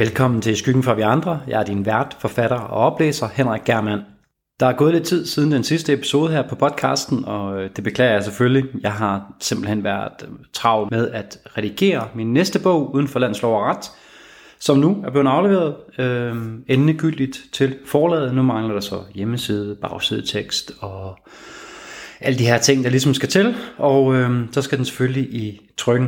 Velkommen til Skyggen fra vi andre. Jeg er din vært, forfatter og oplæser, Henrik Germann. Der er gået lidt tid siden den sidste episode her på podcasten, og det beklager jeg selvfølgelig. Jeg har simpelthen været travlt med at redigere min næste bog, Uden for Lands Lov og Ret, som nu er blevet afleveret endegyldigt til forlaget. Nu mangler der så hjemmeside, bagsidetekst og alle de her ting, der ligesom skal til, og så skal den selvfølgelig i trykken.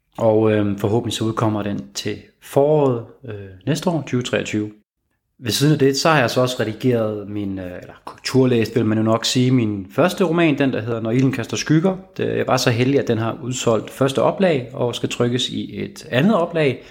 Og forhåbentlig så udkommer den til foråret næste år, 2023. Ved siden af det, så har jeg så også redigeret eller korrekturlæst, vil man jo nok sige, min første roman, den der hedder Når ilden kaster skygger. Jeg var så heldig, at den har udsolgt første oplag og skal trykkes i et andet oplag.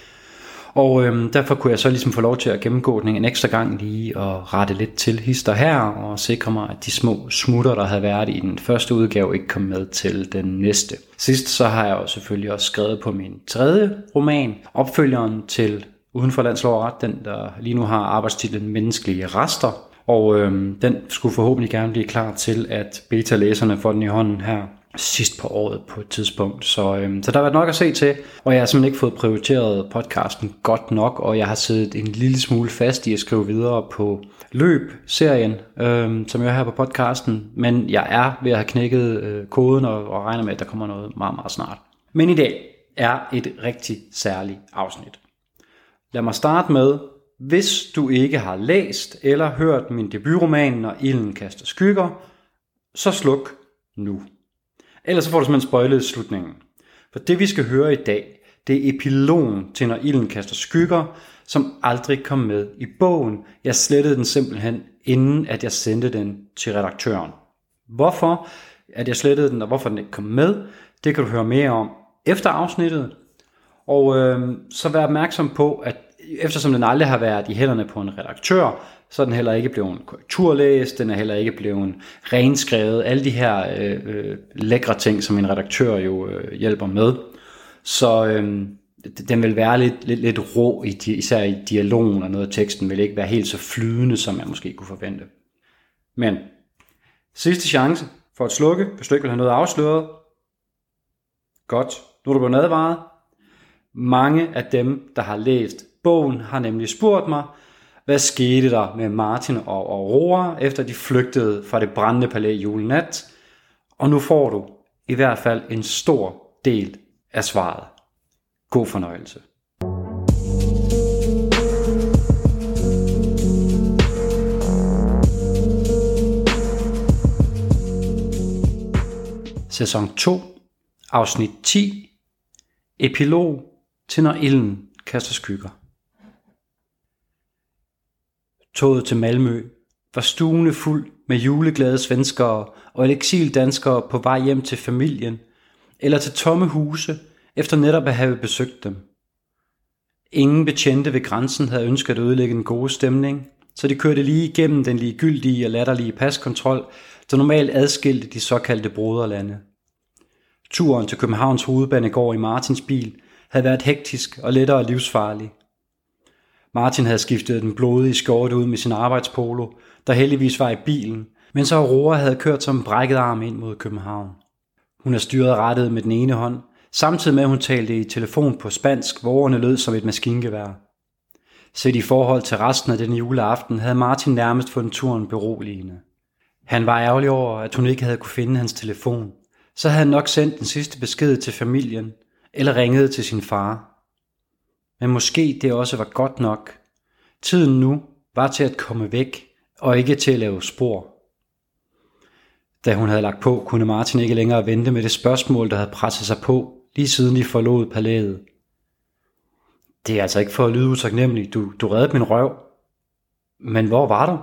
Og derfor kunne jeg så ligesom få lov til at gennemgå den en ekstra gang lige og rette lidt til hister her og sikre mig, at de små smutter, der havde været i den første udgave, ikke kom med til den næste. Sidst så har jeg jo selvfølgelig også skrevet på min tredje roman, opfølgeren til Uden for Lands Lov og Ret, den der lige nu har arbejdstitlen Menneskelige Rester. Og den skulle forhåbentlig gerne blive klar til, at beta-læserne får den i hånden her sidst på året på et tidspunkt. Så der har været nok at se til, og jeg har simpelthen ikke fået prioriteret podcasten godt nok, og jeg har siddet en lille smule fast i at skrive videre på Løb-serien, som jeg er her på podcasten, men jeg er ved at have knækket koden og regner med, at der kommer noget meget, meget snart. Men i dag er et rigtig særligt afsnit. Lad mig starte med, hvis du ikke har læst eller hørt min debutroman Når ilden kaster skygger, så sluk nu. Ellers så får du simpelthen spoilet slutningen. For det vi skal høre i dag, det er epilogen til Når ilden kaster skygger, som aldrig kom med i bogen. Jeg slettede den simpelthen, inden at jeg sendte den til redaktøren. Hvorfor at jeg slettede den, og hvorfor den ikke kom med, det kan du høre mere om efter afsnittet. Og så vær opmærksom på, at eftersom den aldrig har været i hænderne på en redaktør, så er den heller ikke blevet korrekturlæst, den er heller ikke blevet renskrevet, alle de her lækre ting, som en redaktør jo hjælper med. Så den vil være lidt rå, især i dialogen, og noget af teksten vil ikke være helt så flydende, som man måske kunne forvente. Men sidste chance for at slukke, hvis du ikke vil have noget afsløret. Godt, nu er du blevet advaret. Mange af dem, der har læst bogen, har nemlig spurgt mig, hvad skete der med Martin og Aurora, efter de flygtede fra det brændende palæ julenat? Og nu får du i hvert fald en stor del af svaret. God fornøjelse. Sæson 2, afsnit 10, epilog til Når ilden kaster skygger. Toget til Malmø var stuende fuld med juleglade svenskere og eksildanskere på vej hjem til familien eller til tomme huse efter netop at have besøgt dem. Ingen betjente ved grænsen havde ønsket at ødelægge en god stemning, så de kørte lige igennem den ligegyldige og latterlige paskontrol, der normalt adskilte de såkaldte broderlande. Turen til Københavns hovedbanegård i Martins bil havde været hektisk og lettere livsfarlig. Martin havde skiftet den blodige skjorte ud med sin arbejdspolo, der heldigvis var i bilen, mens Aurora havde kørt som en brækket arm ind mod København. Hun havde styret rattet med den ene hånd, samtidig med at hun talte i telefon på spansk, hvor ordene lød som et maskingevær. Set i forhold til resten af den juleaften havde Martin nærmest fundet turen beroligende. Han var ærgerlig over, at hun ikke havde kunne finde hans telefon. Så havde han nok sendt den sidste besked til familien, eller ringet til sin far. Men måske det også var godt nok. Tiden nu var til at komme væk, og ikke til at lave spor. Da hun havde lagt på, kunne Martin ikke længere vente med det spørgsmål, der havde presset sig på, lige siden de forlod palæet. Det er altså ikke for at lyde utaknemmelig. Du reddede min røv. Men hvor var du?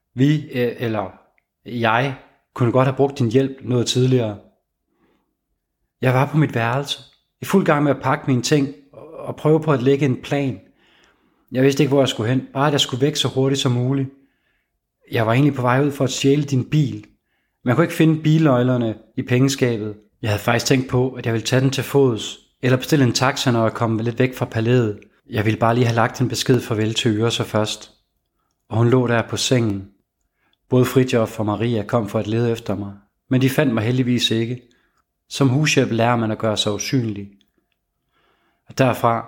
Jeg kunne godt have brugt din hjælp noget tidligere. Jeg var på mit værelse, i fuld gang med at pakke mine ting og prøve på at lægge en plan. Jeg vidste ikke, hvor jeg skulle hen, bare at jeg skulle væk så hurtigt som muligt. Jeg var egentlig på vej ud for at stjæle din bil. Men jeg kunne ikke finde bilnøglerne i pengeskabet. Jeg havde faktisk tænkt på, at jeg ville tage den til fods, eller bestille en taxa, når jeg kom lidt væk fra palæet. Jeg ville bare lige have lagt en besked farvel til Yrsa først. Og hun lå der på sengen. Både Fridtjof og Maria kom for at lede efter mig, men de fandt mig heldigvis ikke. Som hushjælp lærer man at gøre sig usynlig. Og derfra,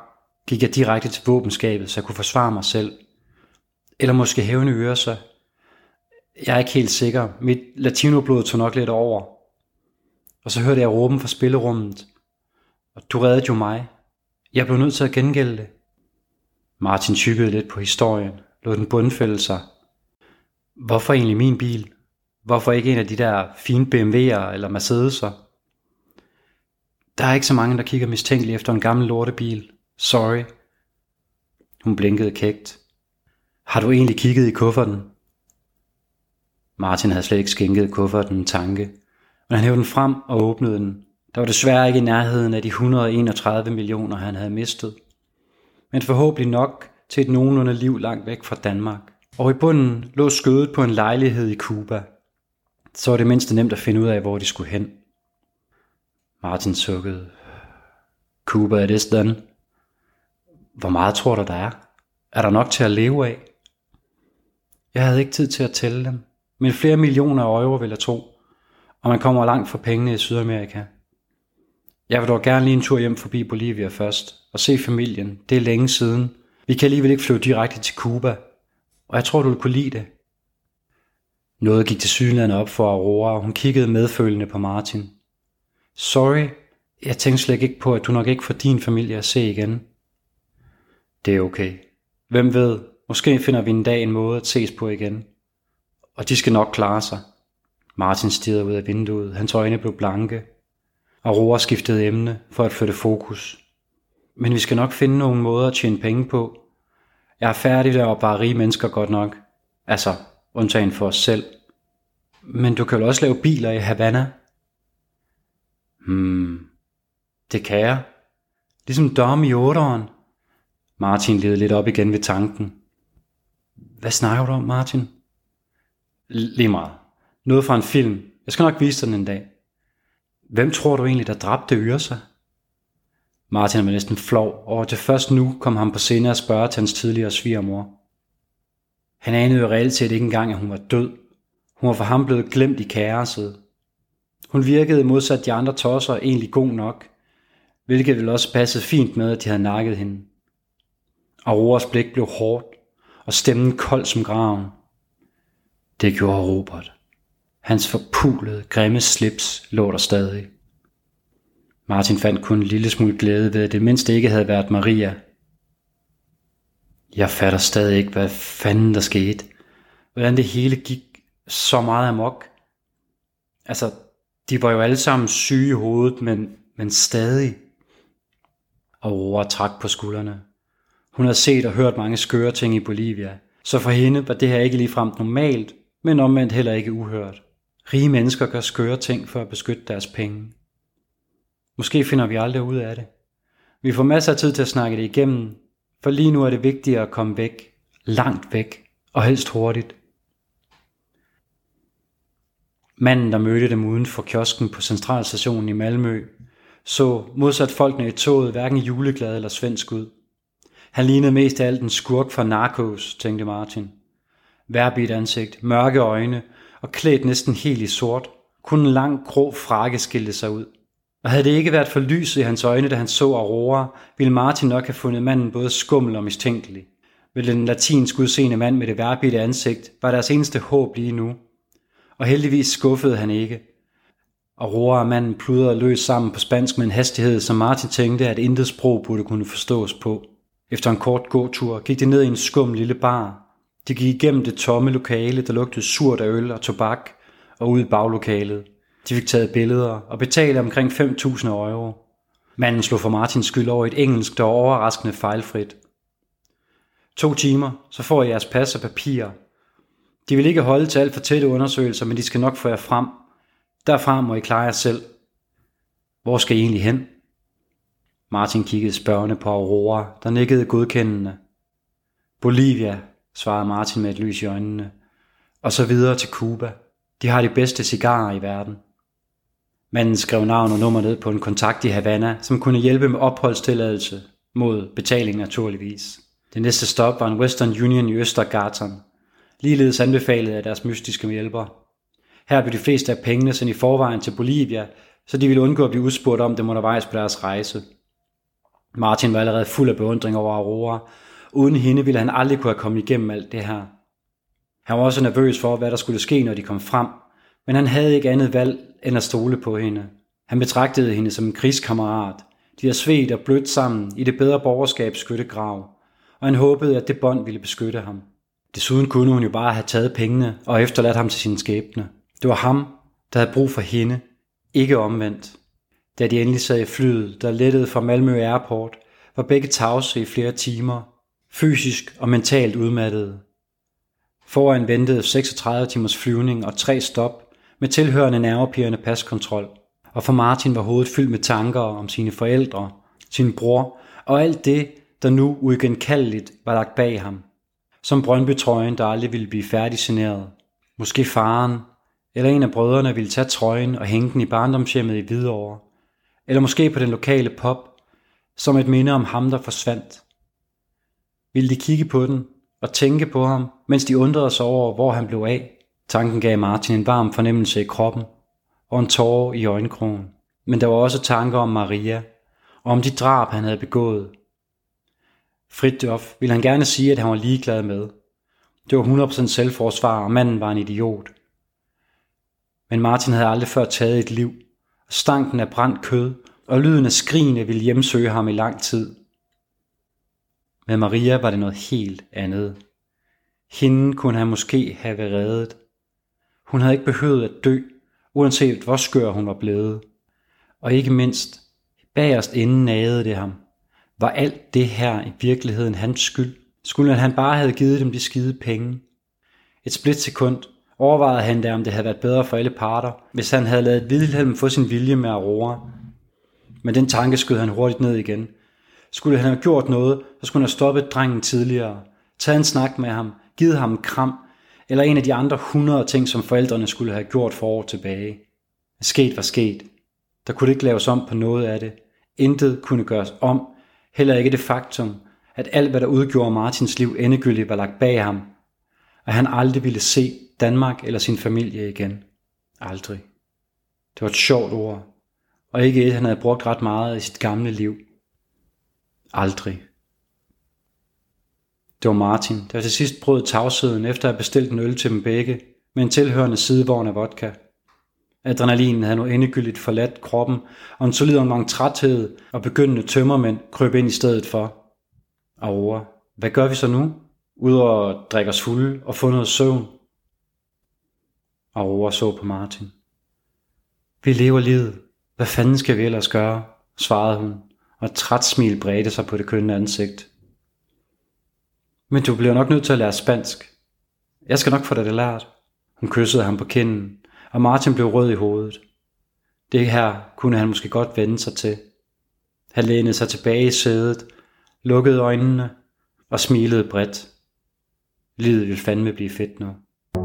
gik jeg direkte til våbenskabet, så jeg kunne forsvare mig selv. Eller måske hævne Yrsa. Jeg er ikke helt sikker. Mit latinoblod tog nok lidt over. Og så hørte jeg råben fra spillerummet. Og du reddede jo mig. Jeg blev nødt til at gengælde det. Martin tykkede lidt på historien. Lod den bundfælde sig. Hvorfor egentlig min bil? Hvorfor ikke en af de der fine BMW'er eller Mercedes'er? Der er ikke så mange, der kigger mistænkeligt efter en gammel lortebil. Sorry. Hun blinkede kægt. Har du egentlig kigget i kufferten? Martin havde slet ikke skænket kufferten en tanke. Men han hævde den frem og åbnede den. Der var desværre ikke i nærheden af de 131 millioner, han havde mistet. Men forhåbentlig nok til et nogenlunde liv langt væk fra Danmark. Og i bunden lå skødet på en lejlighed i Cuba. Så var det mindste nemt at finde ud af, hvor de skulle hen. Martin sukkede. Cuba er det sted. Hvor meget tror du, der er? Er der nok til at leve af? Jeg havde ikke tid til at tælle dem. Men flere millioner euro vil jeg tro. Og man kommer langt for pengene i Sydamerika. Jeg vil dog gerne lige en tur hjem forbi Bolivia først. Og se familien. Det er længe siden. Vi kan alligevel ikke flyve direkte til Cuba. Og jeg tror, du vil kunne lide det. Noget gik til sydenlandet op for Aurora, og hun kiggede medfølende på Martin. Sorry, jeg tænkte slet ikke på, at du nok ikke får din familie at se igen. Det er okay. Hvem ved, måske finder vi en dag en måde at ses på igen. Og de skal nok klare sig. Martin stirrede ud af vinduet, hans øjne blev blanke. Aurora skiftede emne for at flytte fokus. Men vi skal nok finde nogle måder at tjene penge på. Jeg er færdig der og bare rige mennesker godt nok. Altså, undtagen for os selv. Men du kan jo også lave biler i Havana. Det kan jeg. Ligesom Dom i 8'eren. Martin ledte lidt op igen ved tanken. Hvad snakker du om, Martin? Lige meget. Noget fra en film. Jeg skal nok vise dig den en dag. Hvem tror du egentlig, der dræbte Yrsa? Martin var næsten flov, og til først nu kom han på scene at spørge til hans tidligere svigermor. Han anede jo reelt set ikke engang, at hun var død. Hun var for ham blevet glemt i kaoset. Hun virkede modsat de andre tosser egentlig god nok, hvilket ville også passede fint med, at de havde nakket hende. Auroras blik blev hårdt, og stemmen kold som graven. Det gjorde Robert. Hans forpulede, grimme slips lå der stadig. Martin fandt kun en lille smule glæde ved, at det mindste ikke havde været Maria. Jeg fatter stadig ikke, hvad fanden der skete. Hvordan det hele gik så meget amok. Altså, de var jo alle sammen syge i hovedet, men stadig. Aurora trak på skuldrene. Hun havde set og hørt mange skøre ting i Bolivia, så for hende var det her ikke ligefrem normalt, men omvendt heller ikke uhørt. Rige mennesker gør skøre ting for at beskytte deres penge. Måske finder vi aldrig ud af det. Vi får masser af tid til at snakke det igennem, for lige nu er det vigtigt at komme væk, langt væk, og helst hurtigt. Manden, der mødte dem uden for kiosken på centralstationen i Malmø, så modsat folkene i toget hverken juleglad eller svensk ud. Han lignede mest af alt en skurk fra Narcos, tænkte Martin. Værbigt ansigt, mørke øjne og klædt næsten helt i sort, kun en lang grå frakke skilte sig ud. Og havde det ikke været for lyset i hans øjne, da han så Aurora, ville Martin nok have fundet manden både skummel og mistænkelig. Vel den latinsk udseende mand med det værbite ansigt var deres eneste håb lige nu. Og heldigvis skuffede han ikke. Aurora og manden pludrede løs sammen på spansk med en hastighed, som Martin tænkte, at intet sprog burde kunne forstås på. Efter en kort gåtur gik de ned i en skum lille bar. De gik igennem det tomme lokale, der lugtede surt af øl og tobak, og ud i baglokalet. De fik taget billeder og betalte omkring 5.000 euro. Manden slog for Martins skyld over et engelsk, der var overraskende fejlfrit. 2 timer, så får I jeres pas og papirer. De vil ikke holde til alt for tætte undersøgelser, men de skal nok få jer frem. Derfra må I klare jer selv. Hvor skal I egentlig hen? Martin kiggede spørgende på Aurora, der nikkede godkendende. Bolivia, svarede Martin med et lys i øjnene. Og så videre til Cuba. De har de bedste cigarer i verden. Manden skrev navn og nummer ned på en kontakt i Havana, som kunne hjælpe med opholdstilladelse, mod betaling naturligvis. Det næste stop var en Western Union i Östergatan, ligeledes anbefalet af deres mystiske hjælpere. Her blev de fleste af pengene sendt i forvejen til Bolivia, så de ville undgå at blive udspurgt om dem undervejs på deres rejse. Martin var allerede fuld af beundring over Aurora. Uden hende ville han aldrig kunne have kommet igennem alt det her. Han var også nervøs for, hvad der skulle ske, når de kom frem, men han havde ikke andet valg end at stole på hende. Han betragtede hende som en krigskammerat. De havde svedt og blødt sammen i det bedre borgerskabs skyttegrav, og han håbede, at det bånd ville beskytte ham. Desuden kunne hun jo bare have taget pengene og efterladt ham til sin skæbne. Det var ham, der havde brug for hende, ikke omvendt. Da de endelig sad i flyet, der lettede fra Malmø Airport, var begge tavse i flere timer, fysisk og mentalt udmattede. Foran ventede 36 timers flyvning og 3 stop med tilhørende nervepirrende paskontrol, og for Martin var hovedet fyldt med tanker om sine forældre, sin bror og alt det, der nu uigenkaldeligt var lagt bag ham. Som Brøndby-trøjen, der aldrig ville blive færdigsigneret. Måske faren, eller en af brødrene ville tage trøjen og hænge den i barndomshjemmet i Hvidovre. Eller måske på den lokale pub, som et minde om ham, der forsvandt. Ville de kigge på den og tænke på ham, mens de undrede sig over, hvor han blev af? Tanken gav Martin en varm fornemmelse i kroppen og en tåre i øjenkrogen. Men der var også tanker om Maria og om de drab, han havde begået. Fridtjof ville han gerne sige, at han var ligeglad med. Det var 100% selvforsvar, og manden var en idiot. Men Martin havde aldrig før taget et liv, og stanken af brændt kød og lyden af skrigene ville hjemsøge ham i lang tid. Med Maria var det noget helt andet. Hende kunne han måske have reddet. Hun havde ikke behøvet at dø, uanset hvor skør hun var blevet. Og ikke mindst, bagerst inden nagede det ham. Var alt det her i virkeligheden hans skyld? Skulle han bare have givet dem de skide penge? Et splitsekund overvejede han da, om det havde været bedre for alle parter, hvis han havde ladet Wilhelm få sin vilje med Aurora. Men den tanke skød han hurtigt ned igen. Skulle han have gjort noget, så skulle han have stoppet drengen tidligere, taget en snak med ham, givet ham en kram, eller en af de andre 100 ting, som forældrene skulle have gjort for år tilbage. Sket var sket. Der kunne ikke laves om på noget af det. Intet kunne gøres om, heller ikke det faktum, at alt hvad der udgjorde Martins liv endegyldigt var lagt bag ham, og han aldrig ville se Danmark eller sin familie igen. Aldrig. Det var et sjovt ord, og ikke et, han havde brugt ret meget i sit gamle liv. Aldrig. Det var Martin, der til sidst brød tavsheden efter at have bestilt en øl til dem begge, med en tilhørende sidevogn af vodka. Adrenalinen havde nu endegyldigt forladt kroppen, og en solid omgang træthed og begyndende tømmermænd krøb ind i stedet for. Aurora, hvad gør vi så nu? Udover at drikke os fulde og få noget søvn. Aurora så på Martin. Vi lever livet. Hvad fanden skal vi ellers gøre? Svarede hun, og et træt smil bredte sig på det kønnende ansigt. Men du bliver nok nødt til at lære spansk. Jeg skal nok få dig det lært. Hun kyssede ham på kinden, og Martin blev rød i hovedet. Det her kunne han måske godt vende sig til. Han lænede sig tilbage i sædet, lukkede øjnene og smilede bredt. Livet ville fandme blive fedt nu.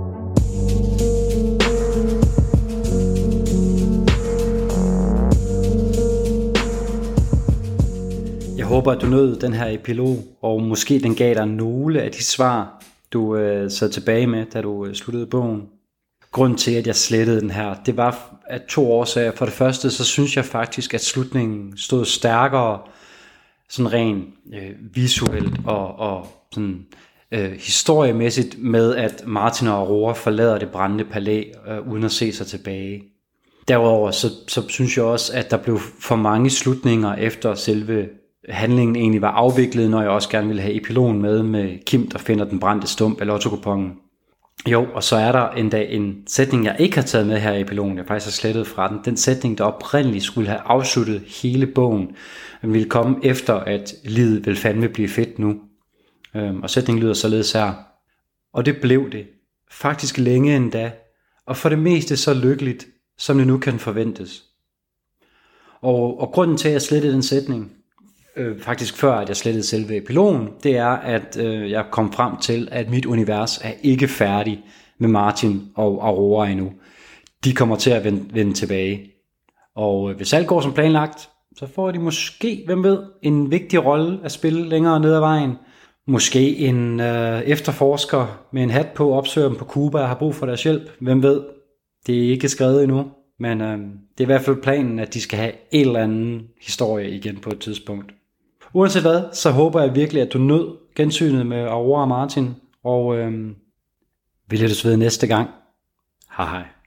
Jeg håber, at du nød den her epilog, og måske den gav dig nogle af de svar, du sad tilbage med, da du sluttede bogen. Grunden til, at jeg slettede den her, det var af 2 årsager. For det første, så synes jeg faktisk, at slutningen stod stærkere, sådan rent visuelt og sådan historiemæssigt med, at Martin og Aurora forlader det brændende palæ uden at se sig tilbage. Derudover så synes jeg også, at der blev for mange slutninger efter selve handlingen egentlig var afviklet, når jeg også gerne ville have epilogen med Kim, der finder den brændte stump af lottokuponen. Jo, og så er der endda en sætning, jeg ikke har taget med her i epilogen, jeg faktisk har slettet fra den. Den sætning, der oprindeligt skulle have afsluttet hele bogen, ville komme efter, at livet vil fandme blive fedt nu. Og sætningen lyder således her. Og det blev det. Faktisk længe endda. Og for det meste så lykkeligt, som det nu kan forventes. Og grunden til, at jeg slettede den sætning, faktisk før at jeg slettede selve epilogen, det er, at jeg kom frem til, at mit univers er ikke færdig med Martin og Aurora endnu. De kommer til at vende tilbage. Og hvis alt går som planlagt, så får de måske, hvem ved, en vigtig rolle at spille længere ned ad vejen. Måske en efterforsker med en hat på opsøger dem på Cuba og har brug for deres hjælp. Hvem ved, det er ikke skrevet endnu. Men det er i hvert fald planen, at de skal have en eller anden historie igen på et tidspunkt. Uanset hvad, så håber jeg virkelig, at du nød gensynet med Aurora og Martin, og vi lyttes ved næste gang. Hej hej.